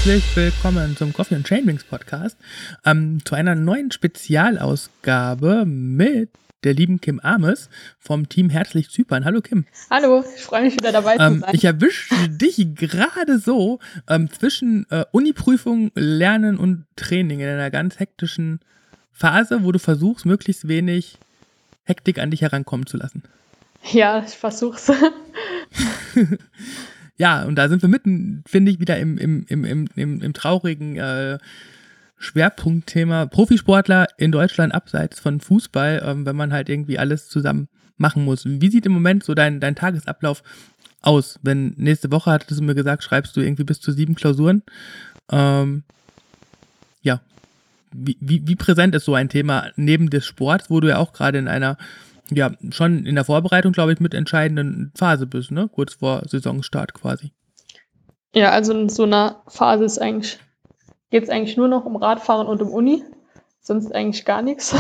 Herzlich willkommen zum Coffee and Chainwings Podcast, zu einer neuen Spezialausgabe mit der lieben Kim Ames vom Team Herzlich Zypern. Hallo Kim. Hallo, ich freue mich wieder dabei zu sein. Ich erwische dich gerade so zwischen Uniprüfung, Lernen und Training in einer ganz hektischen Phase, wo du versuchst, möglichst wenig Hektik an dich herankommen zu lassen. Ja, ich versuch's. Ja, und da sind wir mitten, finde ich, wieder im traurigen Schwerpunktthema Profisportler in Deutschland abseits von Fußball, wenn man halt irgendwie alles zusammen machen muss. Wie sieht im Moment so dein Tagesablauf aus? Wenn nächste Woche, hattest du mir gesagt, schreibst du irgendwie bis zu 7 Klausuren. Ja, wie präsent ist so ein Thema neben des Sports, wo du ja auch gerade in einer, ja, schon in der Vorbereitung, glaube ich, mit entscheidenden Phase bist, ne? Kurz vor Saisonstart quasi. Ja, also in so einer Phase geht es eigentlich nur noch um Radfahren und um Uni, sonst eigentlich gar nichts.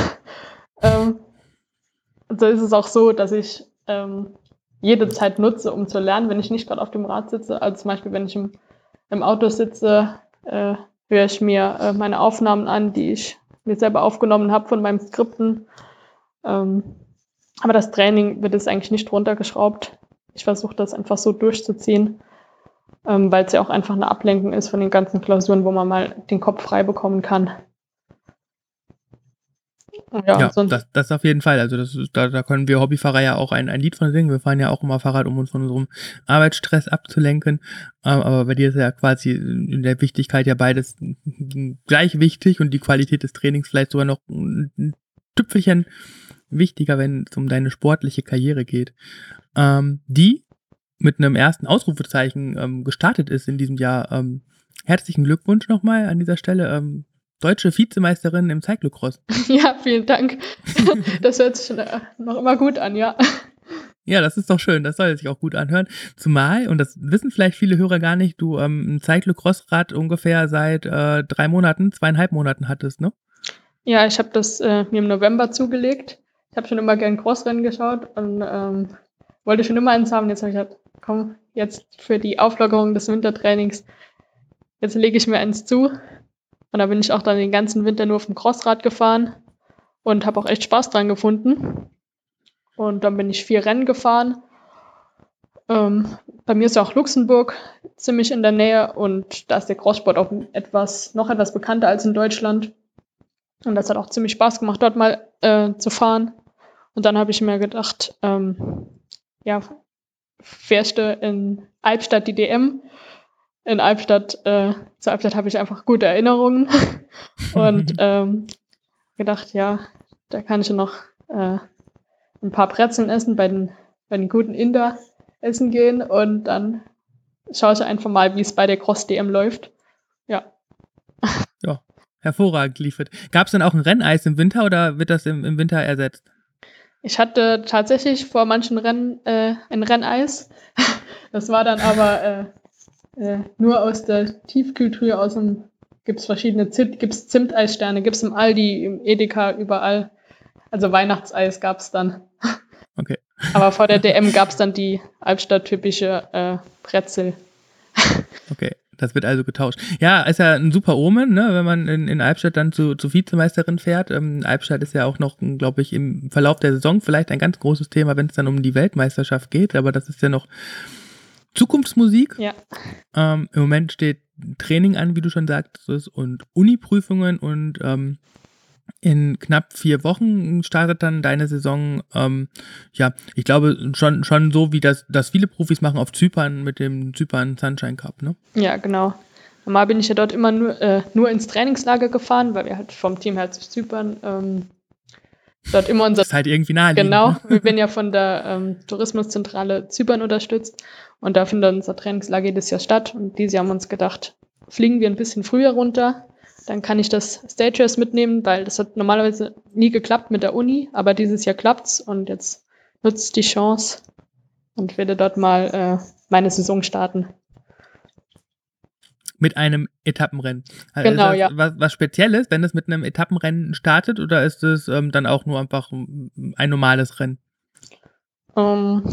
Also ist es auch so, dass ich jede Zeit nutze, um zu lernen, wenn ich nicht gerade auf dem Rad sitze. Also zum Beispiel, wenn ich im Auto sitze, höre ich mir meine Aufnahmen an, die ich mir selber aufgenommen habe von meinem Skripten. Aber das Training wird es eigentlich nicht runtergeschraubt. Ich versuche das einfach so durchzuziehen, weil es ja auch einfach eine Ablenkung ist von den ganzen Klausuren, wo man mal den Kopf frei bekommen kann. Ja, das auf jeden Fall. Also da können wir Hobbyfahrer ja auch ein Lied von singen. Wir fahren ja auch immer Fahrrad, um uns von unserem Arbeitsstress abzulenken. Aber bei dir ist ja quasi in der Wichtigkeit ja beides gleich wichtig und die Qualität des Trainings vielleicht sogar noch ein Tüpfelchen wichtiger, wenn es um deine sportliche Karriere geht, die mit einem ersten Ausrufezeichen gestartet ist in diesem Jahr. Herzlichen Glückwunsch nochmal an dieser Stelle. Deutsche Vizemeisterin im Cyclocross. Ja, vielen Dank. Das hört sich noch immer gut an, ja. Ja, das ist doch schön, das soll sich auch gut anhören. Zumal, und das wissen vielleicht viele Hörer gar nicht, du ein Cyclocross-Rad ungefähr seit 2,5 Monaten hattest, ne? Ja, ich habe das mir im November zugelegt. Ich habe schon immer gern Crossrennen geschaut und wollte schon immer eins haben. Jetzt habe ich gesagt, komm, jetzt für die Auflockerung des Wintertrainings, jetzt lege ich mir eins zu. Und da bin ich auch dann den ganzen Winter nur auf dem Crossrad gefahren und habe auch echt Spaß dran gefunden. Und dann bin ich 4 Rennen gefahren. Bei mir ist ja auch Luxemburg ziemlich in der Nähe und da ist der Crosssport auch noch etwas bekannter als in Deutschland. Und das hat auch ziemlich Spaß gemacht, dort mal zu fahren. Und dann habe ich mir gedacht, fährst du in Albstadt die DM? In Albstadt, zu Albstadt habe ich einfach gute Erinnerungen. Und gedacht, ja, da kann ich noch ein paar Brezeln essen, bei den guten Inder essen gehen. Und dann schaue ich einfach mal, wie es bei der Cross-DM läuft. Ja. Ja, hervorragend liefert. Gab es denn auch ein Renneis im Winter oder wird das im Winter ersetzt? Ich hatte tatsächlich vor manchen Rennen ein Renneis. Das war dann aber nur aus der Tiefkühltruhe, gibt's verschiedene gibt's Zimteissterne, gibt's im Aldi, im Edeka, überall. Also Weihnachtseis gab's dann. Okay. Aber vor der DM gab's dann die Albstadt-typische Brezel. Okay. Das wird also getauscht. Ja, ist ja ein super Omen, ne, wenn man in Albstadt dann zu Vizemeisterin fährt. Albstadt ist ja auch noch, glaube ich, im Verlauf der Saison vielleicht ein ganz großes Thema, wenn es dann um die Weltmeisterschaft geht. Aber das ist ja noch Zukunftsmusik. Ja. Im Moment steht Training an, wie du schon sagtest, und Uni-Prüfungen und in knapp 4 Wochen startet dann deine Saison, ich glaube schon so, wie das viele Profis machen auf Zypern mit dem Zypern Sunshine Cup, ne? Ja, genau. Normal bin ich ja dort immer nur ins Trainingslager gefahren, weil wir halt vom Team Herzlich Zypern dort immer unser... Das ist halt irgendwie naheliegend. Genau, ne? wir werden ja von der Tourismuszentrale Zypern unterstützt und da findet unser Trainingslager jedes Jahr statt und dieses Jahr haben wir uns gedacht, fliegen wir ein bisschen früher runter, dann kann ich das Stage Race mitnehmen, weil das hat normalerweise nie geklappt mit der Uni, aber dieses Jahr klappt's und jetzt nutze ich die Chance und werde dort mal meine Saison starten. Mit einem Etappenrennen. Also Genau, ist das ja. was Spezielles, wenn es mit einem Etappenrennen startet, oder ist es dann auch nur einfach ein normales Rennen?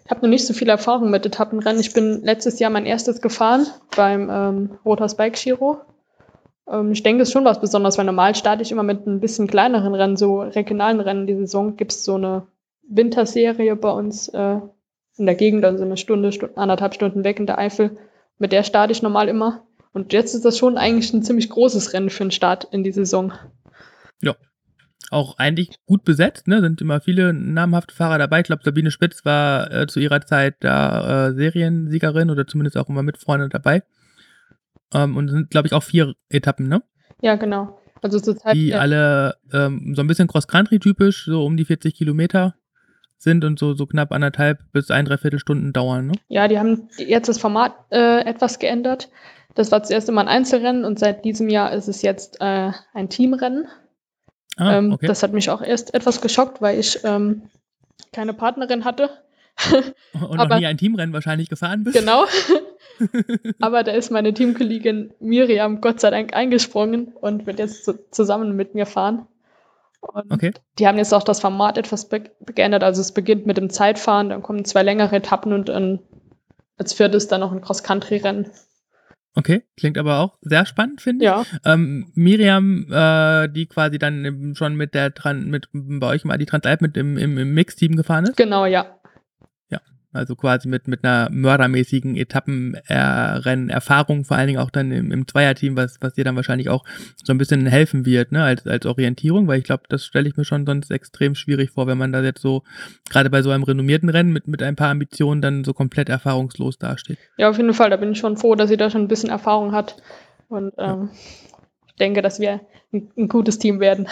habe noch nicht so viel Erfahrung mit Etappenrennen. Ich bin letztes Jahr mein erstes gefahren beim Rothaus Bike Giro. Ich denke, es ist schon was Besonderes, weil normal starte ich immer mit ein bisschen kleineren Rennen, so regionalen Rennen. Die Saison gibt es so eine Winterserie bei uns in der Gegend, also eine Stunde, 1,5 Stunden weg in der Eifel. Mit der starte ich normal immer. Und jetzt ist das schon eigentlich ein ziemlich großes Rennen für den Start in die Saison. Ja, auch eigentlich gut besetzt, ne? Sind immer viele namhafte Fahrer dabei. Ich glaube, Sabine Spitz war zu ihrer Zeit da Seriensiegerin oder zumindest auch immer mit vorne dabei. Und sind, glaube ich, auch 4 Etappen, ne? Ja, genau. Also zurzeit die alle so ein bisschen Cross-Country-typisch, so um die 40 Kilometer sind und so knapp 1,5 bis 1,75 Stunden dauern, ne? Ja, die haben jetzt das Format etwas geändert. Das war zuerst immer ein Einzelrennen und seit diesem Jahr ist es jetzt ein Teamrennen. Okay. Das hat mich auch erst etwas geschockt, weil ich keine Partnerin hatte. Und noch nie ein Teamrennen wahrscheinlich gefahren bist. Genau. Aber da ist meine Teamkollegin Miriam Gott sei Dank eingesprungen und wird jetzt zusammen mit mir fahren. Und die haben jetzt auch das Format etwas geändert. Also es beginnt mit dem Zeitfahren, dann kommen 2 längere Etappen und als viertes dann noch ein Cross-Country-Rennen. Okay, klingt aber auch sehr spannend, finde ich. Ja. Miriam, die quasi dann schon mit bei euch mal die Transalp mit im Mix-Team gefahren ist? Genau, ja. Also quasi mit einer mördermäßigen Etappenrennen-Erfahrung, vor allen Dingen auch dann im Zweierteam, was dir dann wahrscheinlich auch so ein bisschen helfen wird, ne, als Orientierung, weil ich glaube, das stelle ich mir schon sonst extrem schwierig vor, wenn man da jetzt so, gerade bei so einem renommierten Rennen mit ein paar Ambitionen dann so komplett erfahrungslos dasteht. Ja, auf jeden Fall, da bin ich schon froh, dass sie da schon ein bisschen Erfahrung hat und ich denke, dass wir ein gutes Team werden.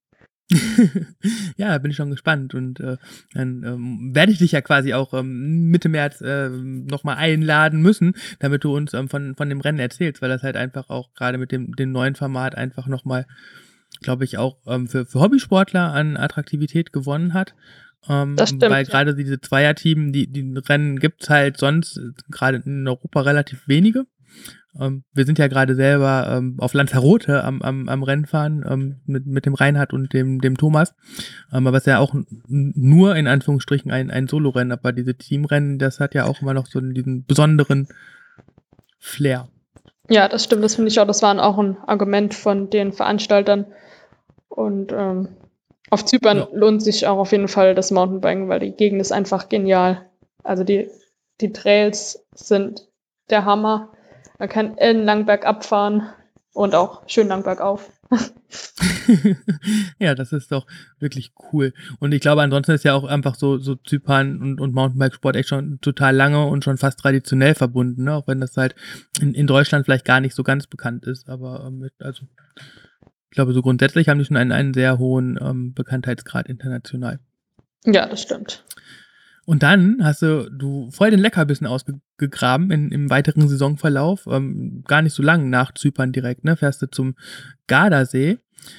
Ja, da bin ich schon gespannt und dann werde ich dich ja quasi auch Mitte März nochmal einladen müssen, damit du uns von dem Rennen erzählst, weil das halt einfach auch gerade mit dem neuen Format einfach nochmal, glaube ich, auch für Hobbysportler an Attraktivität gewonnen hat. Das stimmt, weil gerade diese Zweierteam, die Rennen gibt's halt sonst gerade in Europa relativ wenige. Wir sind ja gerade selber auf Lanzarote am Rennfahren mit dem Reinhard und dem Thomas. Aber es ist ja auch nur in Anführungsstrichen ein Solo-Rennen. Aber diese Teamrennen, das hat ja auch immer noch so diesen besonderen Flair. Ja, das stimmt. Das finde ich auch. Das war auch ein Argument von den Veranstaltern. Und auf Zypern lohnt sich auch auf jeden Fall das Mountainbiken, weil die Gegend ist einfach genial. Also die Trails sind der Hammer. Man kann ellenlang bergab fahren und auch schön lang bergauf. Ja, das ist doch wirklich cool. Und ich glaube, ansonsten ist ja auch einfach so Zypern und Mountainbikesport echt schon total lange und schon fast traditionell verbunden, ne? Auch wenn das halt in Deutschland vielleicht gar nicht so ganz bekannt ist. Aber also ich glaube, so grundsätzlich haben die schon einen sehr hohen Bekanntheitsgrad international. Ja, das stimmt. Und dann hast du voll den Leckerbissen ausgegraben im weiteren Saisonverlauf, gar nicht so lang nach Zypern direkt, ne? Fährst du zum Gardasee,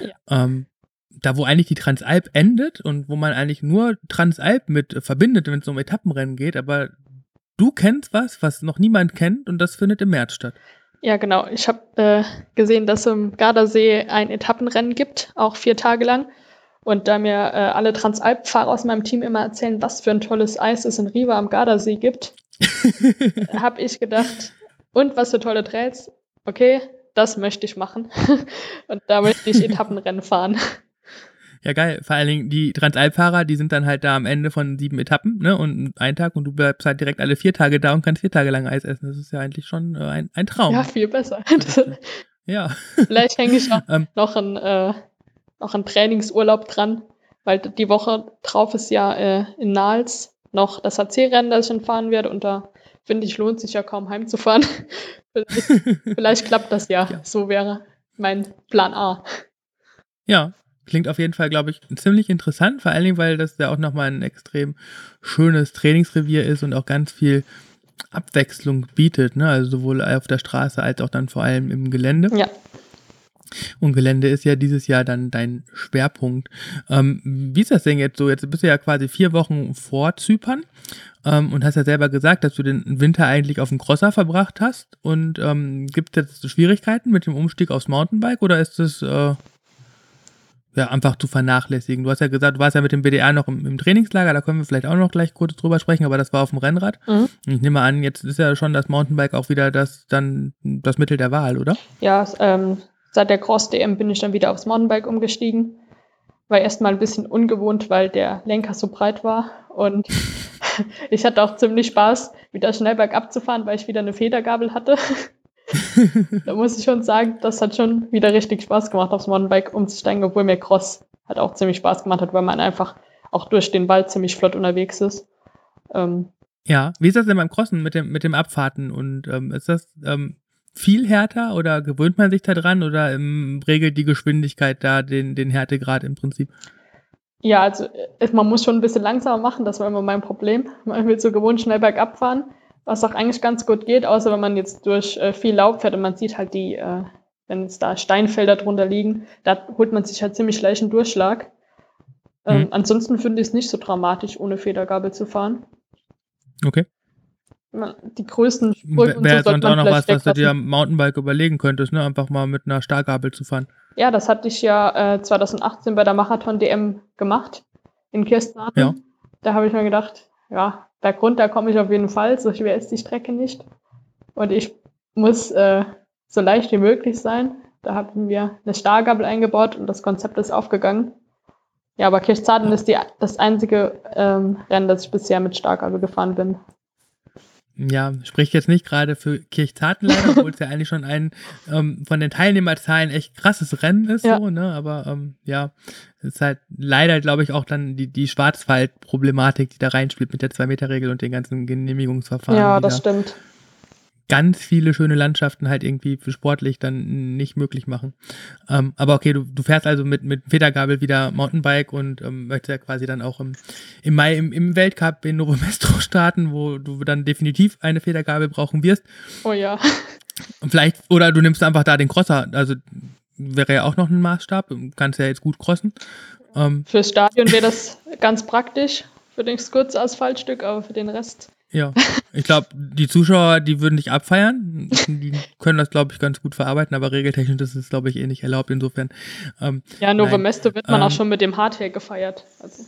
da wo eigentlich die Transalp endet und wo man eigentlich nur Transalp mit verbindet, wenn es um Etappenrennen geht, aber du kennst was noch niemand kennt und das findet im März statt. Ja, genau. Ich habe gesehen, dass es im Gardasee ein Etappenrennen gibt, auch 4 Tage lang. Und da mir alle Transalp-Fahrer aus meinem Team immer erzählen, was für ein tolles Eis es in Riva am Gardasee gibt, habe ich gedacht, und was für tolle Trails, okay, das möchte ich machen. Und da möchte ich Etappenrennen fahren. Ja, geil. Vor allen Dingen die Transalp-Fahrer, die sind dann halt da am Ende von 7 Etappen, ne, und einen Tag und du bleibst halt direkt alle 4 Tage da und kannst 4 Tage lang Eis essen. Das ist ja eigentlich schon ein Traum. Ja, viel besser. Ja. Vielleicht hänge ich noch einen Trainingsurlaub dran, weil die Woche drauf ist ja in Nals noch das HC-Rennen, das ich dann fahren werde und da finde ich, lohnt sich ja kaum heimzufahren. Vielleicht klappt das ja. So wäre mein Plan A. Ja, klingt auf jeden Fall, glaube ich, ziemlich interessant, vor allen Dingen, weil das ja auch nochmal ein extrem schönes Trainingsrevier ist und auch ganz viel Abwechslung bietet, ne? Also sowohl auf der Straße als auch dann vor allem im Gelände. Ja. Und Gelände ist ja dieses Jahr dann dein Schwerpunkt. Wie ist das denn jetzt so? Jetzt bist du ja quasi 4 Wochen vor Zypern und hast ja selber gesagt, dass du den Winter eigentlich auf dem Crosser verbracht hast. Und gibt es jetzt Schwierigkeiten mit dem Umstieg aufs Mountainbike oder ist das ja, einfach zu vernachlässigen. Du hast ja gesagt, du warst ja mit dem BDR noch im Trainingslager, da können wir vielleicht auch noch gleich kurz drüber sprechen, aber das war auf dem Rennrad. Mhm. Ich nehme an, jetzt ist ja schon das Mountainbike auch wieder das Mittel der Wahl, oder? Ja, seit der Cross-DM bin ich dann wieder aufs Mountainbike umgestiegen. War erstmal ein bisschen ungewohnt, weil der Lenker so breit war und ich hatte auch ziemlich Spaß, wieder schnell bergab zu fahren, weil ich wieder eine Federgabel hatte. Da muss ich schon sagen, das hat schon wieder richtig Spaß gemacht, aufs Mountainbike umzusteigen, obwohl mir Cross hat auch ziemlich Spaß gemacht hat, weil man einfach auch durch den Wald ziemlich flott unterwegs ist. Ja, wie ist das denn beim Crossen mit dem Abfahrten? Und ist das viel härter oder gewöhnt man sich da dran oder regelt die Geschwindigkeit da den Härtegrad im Prinzip? Ja, also man muss schon ein bisschen langsamer machen, das war immer mein Problem. Man will so gewohnt schnell bergab fahren, was auch eigentlich ganz gut geht, außer wenn man jetzt durch viel Laub fährt und man sieht halt wenn es da Steinfelder drunter liegen, da holt man sich halt ziemlich leicht einen Durchschlag. Ansonsten finde ich es nicht so dramatisch, ohne Federgabel zu fahren. Okay. Die größten Sprünge wäre sonst auch noch was du dir am Mountainbike überlegen könntest, ne? Einfach mal mit einer Starrgabel zu fahren. Ja, das hatte ich ja 2018 bei der Marathon-DM gemacht in Kirchzarten. Ja. Da habe ich mir gedacht, ja, bergunter komme ich auf jeden Fall, so schwer ist die Strecke nicht. Und ich muss so leicht wie möglich sein. Da haben wir eine Starrgabel eingebaut und das Konzept ist aufgegangen. Ja, aber Kirchzarten ist das einzige Rennen, das ich bisher mit Starrgabel gefahren bin. Ja, spricht jetzt nicht gerade für Kirchzarten leider, obwohl es ja eigentlich schon ein von den Teilnehmerzahlen echt krasses Rennen ist, ja. So, ne? Aber ja, es ist halt leider, glaube ich, auch dann die Schwarzwald-Problematik, die da reinspielt mit der 2-Meter-Regel und den ganzen Genehmigungsverfahren. Ja, das stimmt. Ganz viele schöne Landschaften halt irgendwie für sportlich dann nicht möglich machen. Aber okay, du fährst also mit Federgabel wieder Mountainbike und möchtest ja quasi dann auch im Mai im Weltcup in Novo Mesto starten, wo du dann definitiv eine Federgabel brauchen wirst. Oh ja. Vielleicht, oder du nimmst einfach da den Crosser, also wäre ja auch noch ein Maßstab, du kannst ja jetzt gut crossen. Fürs Stadion wäre das ganz praktisch, für das kurze Asphaltstück, aber für den Rest... Ja, ich glaube, die Zuschauer, die würden dich abfeiern. Die können das, glaube ich, ganz gut verarbeiten, aber regeltechnisch ist es, glaube ich, nicht erlaubt. Insofern. Ja, Novo Mesto wird man auch schon mit dem Hardware gefeiert. Also.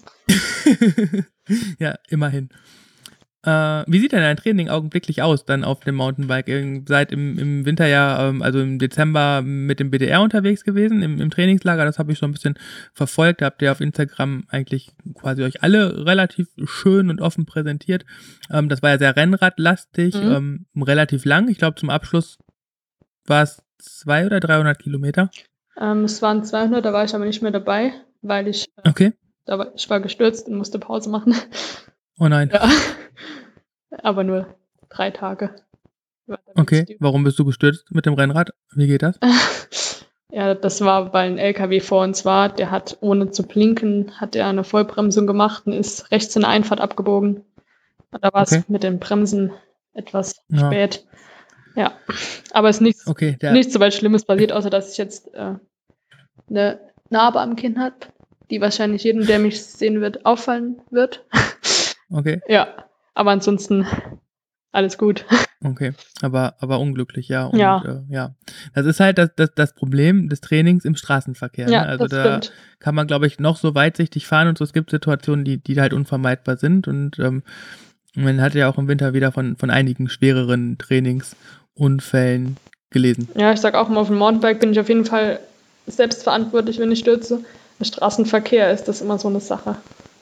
Ja, immerhin. Wie sieht denn dein Training augenblicklich aus, dann auf dem Mountainbike? Seid im Winter ja, also im Dezember mit dem BDR unterwegs gewesen, im Trainingslager, das habe ich so ein bisschen verfolgt, da habt ihr auf Instagram eigentlich quasi euch alle relativ schön und offen präsentiert. Das war ja sehr rennradlastig, relativ lang, ich glaube zum Abschluss war es 200 oder 300 Kilometer? Es waren 200, da war ich aber nicht mehr dabei, weil ich ich war gestürzt und musste Pause machen. Oh nein. Ja. Aber nur 3 Tage. Okay, warum bist du gestürzt mit dem Rennrad? Wie geht das? Ja, das war, weil ein LKW vor uns war, der hat ohne zu blinken, hat er eine Vollbremsung gemacht und ist rechts in der Einfahrt abgebogen. Und da war es mit den Bremsen etwas spät. Ja, aber es ist nichts so weit Schlimmes passiert, außer dass ich jetzt eine Narbe am Kinn habe, die wahrscheinlich jedem, der mich sehen wird, auffallen wird. Okay. Ja, aber ansonsten alles gut. Okay, aber unglücklich, ja. Und, ja. Das ist halt das Problem des Trainings im Straßenverkehr. Ja, ne? Also da stimmt. kann man, glaube ich, noch so weitsichtig fahren und so. Es gibt Situationen, die halt unvermeidbar sind. Und man hat ja auch im Winter wieder von einigen schwereren Trainingsunfällen gelesen. Ja, ich sag auch immer, auf dem Mountainbike bin ich auf jeden Fall selbstverantwortlich, wenn ich stürze. Im Straßenverkehr ist das immer so eine Sache.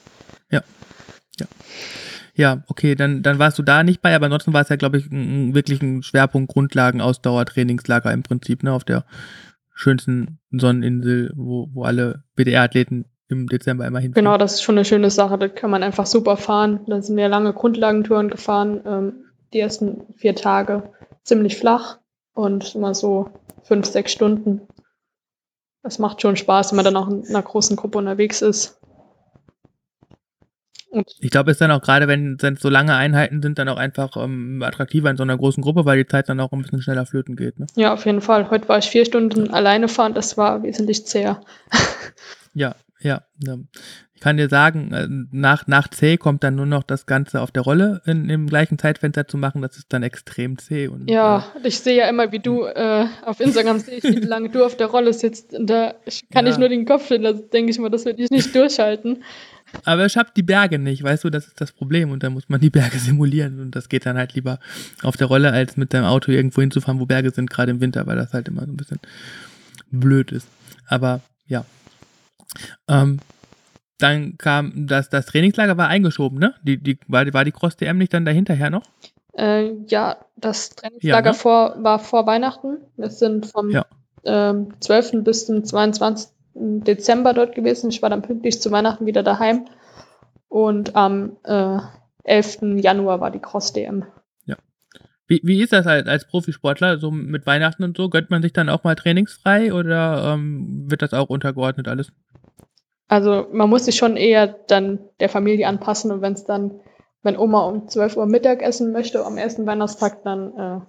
Ja, okay, dann warst du da nicht bei, aber ansonsten war es ja, glaube ich, wirklich ein Schwerpunkt Grundlagen-Ausdauer-Trainingslager im Prinzip, ne, auf der schönsten Sonneninsel, wo alle BDR-Athleten im Dezember immer hinfahren. Genau, das ist schon eine schöne Sache, da kann man einfach super fahren. Da sind wir lange Grundlagentouren gefahren, die ersten 4 Tage ziemlich flach und immer so 5-6 Stunden. Das macht schon Spaß, wenn man dann auch in einer großen Gruppe unterwegs ist. Ich glaube, es ist dann auch gerade, wenn es so lange Einheiten sind, dann auch einfach attraktiver in so einer großen Gruppe, weil die Zeit dann auch ein bisschen schneller flöten geht. Ne? Ja, auf jeden Fall. Heute war ich 4 Stunden alleine fahren, das war wesentlich zäher. Ja, Ja, ich kann dir sagen, nach zäh kommt dann nur noch das Ganze auf der Rolle im gleichen Zeitfenster zu machen. Das ist dann extrem zäh und Ja, ich sehe ja immer, wie du auf Instagram sehe ich, wie lange du auf der Rolle sitzt. Und da kann ich ja. nur den Kopf schütteln. Da denke ich mal, das würde ich nicht durchhalten. Aber ich habe die Berge nicht, weißt du, das ist das Problem. Und da muss man die Berge simulieren. Und das geht dann halt lieber auf der Rolle, als mit deinem Auto irgendwo hinzufahren, wo Berge sind, gerade im Winter, weil das halt immer so ein bisschen blöd ist. Aber ja. Dann kam das Trainingslager war eingeschoben, ne? War die Cross-DM nicht dann dahinterher noch? Ja, das Ja, Trainingslager ne? war vor Weihnachten. Wir sind vom Ja. 12. bis zum 22. Dezember dort gewesen. Ich war dann pünktlich zu Weihnachten wieder daheim. Und am 11. Januar war die Cross-DM. Ja. Wie ist das halt als Profisportler, so mit Weihnachten und so? Gönnt man sich dann auch mal trainingsfrei oder wird das auch untergeordnet alles? Also man muss sich schon eher dann der Familie anpassen und wenn Oma um 12 Uhr Mittag essen möchte am ersten Weihnachtstag, dann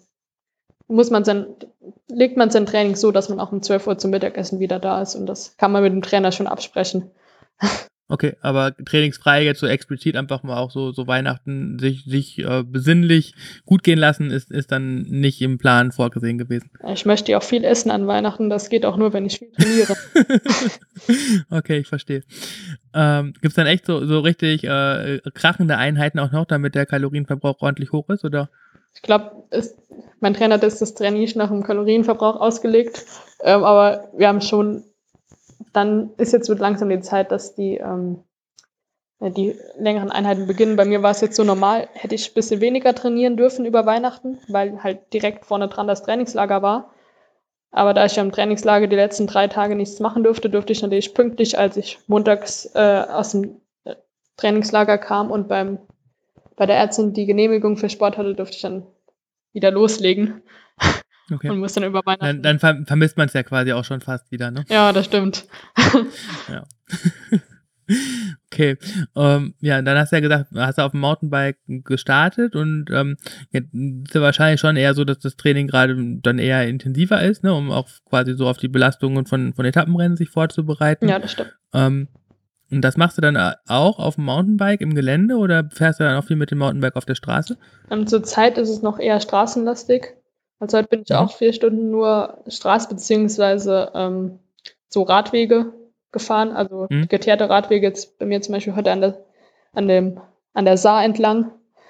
legt man sein Training so, dass man auch um 12 Uhr zum Mittagessen wieder da ist und das kann man mit dem Trainer schon absprechen. Okay, aber trainingsfrei jetzt so explizit einfach mal auch so Weihnachten sich besinnlich gut gehen lassen, ist dann nicht im Plan vorgesehen gewesen. Ich möchte ja auch viel essen an Weihnachten, das geht auch nur, wenn ich viel trainiere. Okay, ich verstehe. Gibt's dann echt so richtig krachende Einheiten auch noch, damit der Kalorienverbrauch ordentlich hoch ist, oder? Ich glaube, mein Trainer hat das Training nicht nach dem Kalorienverbrauch ausgelegt, aber wir haben schon, dann wird langsam die Zeit, dass die längeren Einheiten beginnen. Bei mir war es jetzt so normal, hätte ich ein bisschen weniger trainieren dürfen über Weihnachten, weil halt direkt vorne dran das Trainingslager war. Aber da ich ja im Trainingslager die letzten 3 Tage nichts machen durfte ich natürlich pünktlich, als ich montags aus dem Trainingslager kam und bei der Ärztin die Genehmigung für Sport hatte, durfte ich dann wieder loslegen. Okay. Und muss dann über Weihnachten. Dann vermisst man es ja quasi auch schon fast wieder, ne? Ja, das stimmt. Ja. Okay. Ja, dann hast du ja gesagt, hast du auf dem Mountainbike gestartet und jetzt ist ja wahrscheinlich schon eher so, dass das Training gerade dann eher intensiver ist, ne, um auch quasi so auf die Belastungen von Etappenrennen sich vorzubereiten. Ja, das stimmt. Und das machst du dann auch auf dem Mountainbike im Gelände oder fährst du dann auch viel mit dem Mountainbike auf der Straße? Zurzeit ist es noch eher straßenlastig. Also heute bin ich auch 4 Stunden nur Straße beziehungsweise so Radwege gefahren, also geteerte Radwege jetzt bei mir zum Beispiel heute an der Saar entlang,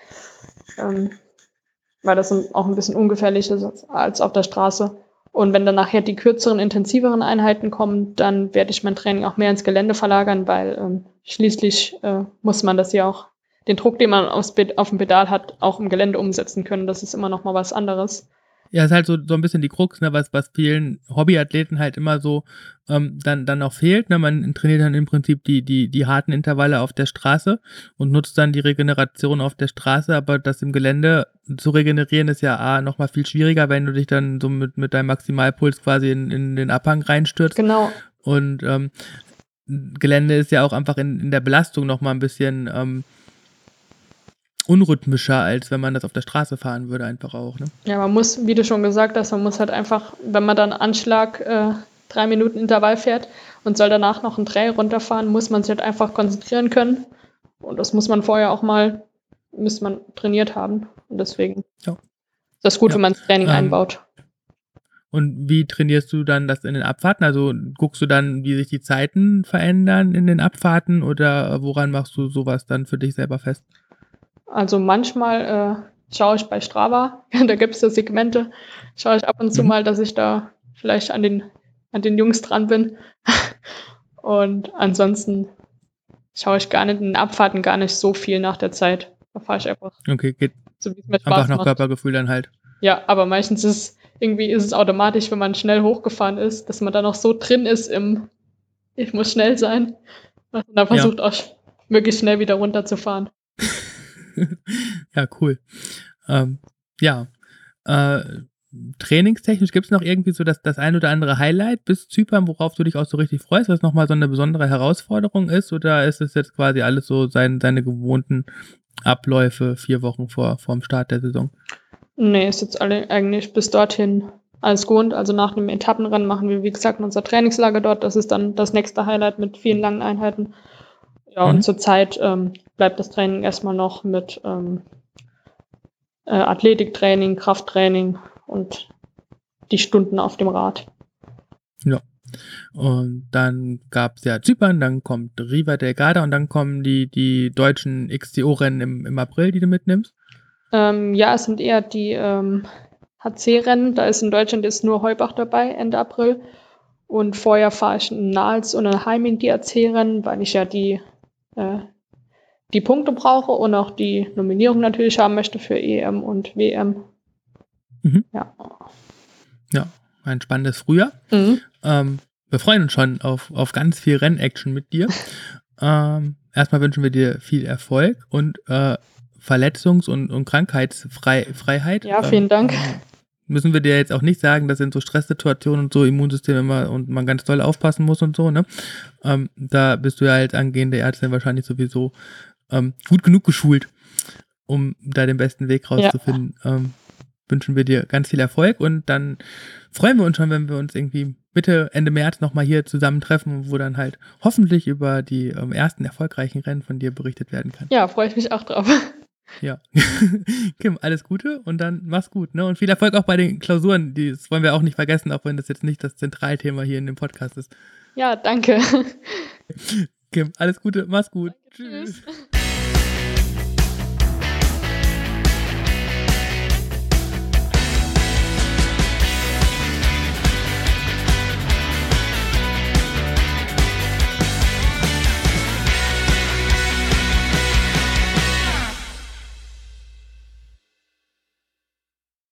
weil das auch ein bisschen ungefährlicher ist als auf der Straße. Und wenn dann nachher die kürzeren, intensiveren Einheiten kommen, dann werde ich mein Training auch mehr ins Gelände verlagern, weil schließlich muss man das ja auch, den Druck, den man auf dem Pedal hat, auch im Gelände umsetzen können. Das ist immer noch mal was anderes. Ja, ist halt so ein bisschen die Krux, ne, was vielen Hobbyathleten halt immer so dann auch fehlt. Ne? Man trainiert dann im Prinzip die harten Intervalle auf der Straße und nutzt dann die Regeneration auf der Straße, aber das im Gelände zu regenerieren ist ja nochmal viel schwieriger, wenn du dich dann so mit deinem Maximalpuls quasi in den Abhang reinstürzt. Genau. Und Gelände ist ja auch einfach in der Belastung nochmal ein bisschen unrhythmischer, als wenn man das auf der Straße fahren würde, einfach auch, ne? Ja, man muss, wie du schon gesagt hast, man muss halt einfach, wenn man dann Anschlag 3 Minuten Intervall fährt und soll danach noch einen Trail runterfahren, muss man sich halt einfach konzentrieren können. Und das muss man vorher auch müsste man trainiert haben. Und deswegen ist das gut, wenn man das Training einbaut. Und wie trainierst du dann das in den Abfahrten? Also guckst du dann, wie sich die Zeiten verändern in den Abfahrten oder woran machst du sowas dann für dich selber fest? Also manchmal schaue ich bei Strava, da gibt es ja Segmente, schaue ich ab und zu mal, dass ich da vielleicht an den Jungs dran bin. Und ansonsten schaue ich in den Abfahrten gar nicht so viel nach der Zeit. Da fahre ich einfach geht so, wie es mir Spaß einfach nach macht. Körpergefühl dann halt. Ja, aber meistens ist es automatisch, wenn man schnell hochgefahren ist, dass man da noch so drin ist ich muss schnell sein. Und dann versucht auch wirklich schnell wieder runterzufahren. Ja, cool. Trainingstechnisch gibt es noch irgendwie so das ein oder andere Highlight bis Zypern, worauf du dich auch so richtig freust, was nochmal so eine besondere Herausforderung ist, oder ist es jetzt quasi alles so seine gewohnten Abläufe 4 Wochen vorm Start der Saison? Nee, ist jetzt eigentlich bis dorthin als Grund. Also nach dem Etappenrennen machen wir, wie gesagt, unser Trainingslager dort. Das ist dann das nächste Highlight mit vielen langen Einheiten. Ja, und zurzeit bleibt das Training erstmal noch mit Athletiktraining, Krafttraining und die Stunden auf dem Rad. Ja. Und dann gab es ja Zypern, dann kommt Riva del Garda und dann kommen die deutschen XCO-Rennen im April, die du mitnimmst? Ja, es sind eher die HC-Rennen. Da ist in Deutschland jetzt nur Heubach dabei, Ende April. Und vorher fahre ich in Nals und in Heiming die HC-Rennen, weil ich ja die Punkte brauche und auch die Nominierung natürlich haben möchte für EM und WM. Ja. Ja, ein spannendes Frühjahr. Wir freuen uns schon auf ganz viel Rennaction mit dir. Erstmal wünschen wir dir viel Erfolg und Verletzungs- und Krankheitsfreiheit. Ja, vielen Dank. Müssen wir dir jetzt auch nicht sagen, das sind so Stresssituationen und so, Immunsystem immer und man ganz doll aufpassen muss und so, ne? Da bist du ja als angehende Ärztin wahrscheinlich sowieso gut genug geschult, um da den besten Weg rauszufinden. Ja. Wünschen wir dir ganz viel Erfolg und dann freuen wir uns schon, wenn wir uns irgendwie Mitte, Ende März nochmal hier zusammentreffen, wo dann halt hoffentlich über die ersten erfolgreichen Rennen von dir berichtet werden kann. Ja, freue ich mich auch drauf. Ja. Kim, alles Gute und dann mach's gut, ne? Und viel Erfolg auch bei den Klausuren, das wollen wir auch nicht vergessen, auch wenn das jetzt nicht das Zentralthema hier in dem Podcast ist. Ja, danke. Kim, alles Gute, mach's gut. Danke, tschüss.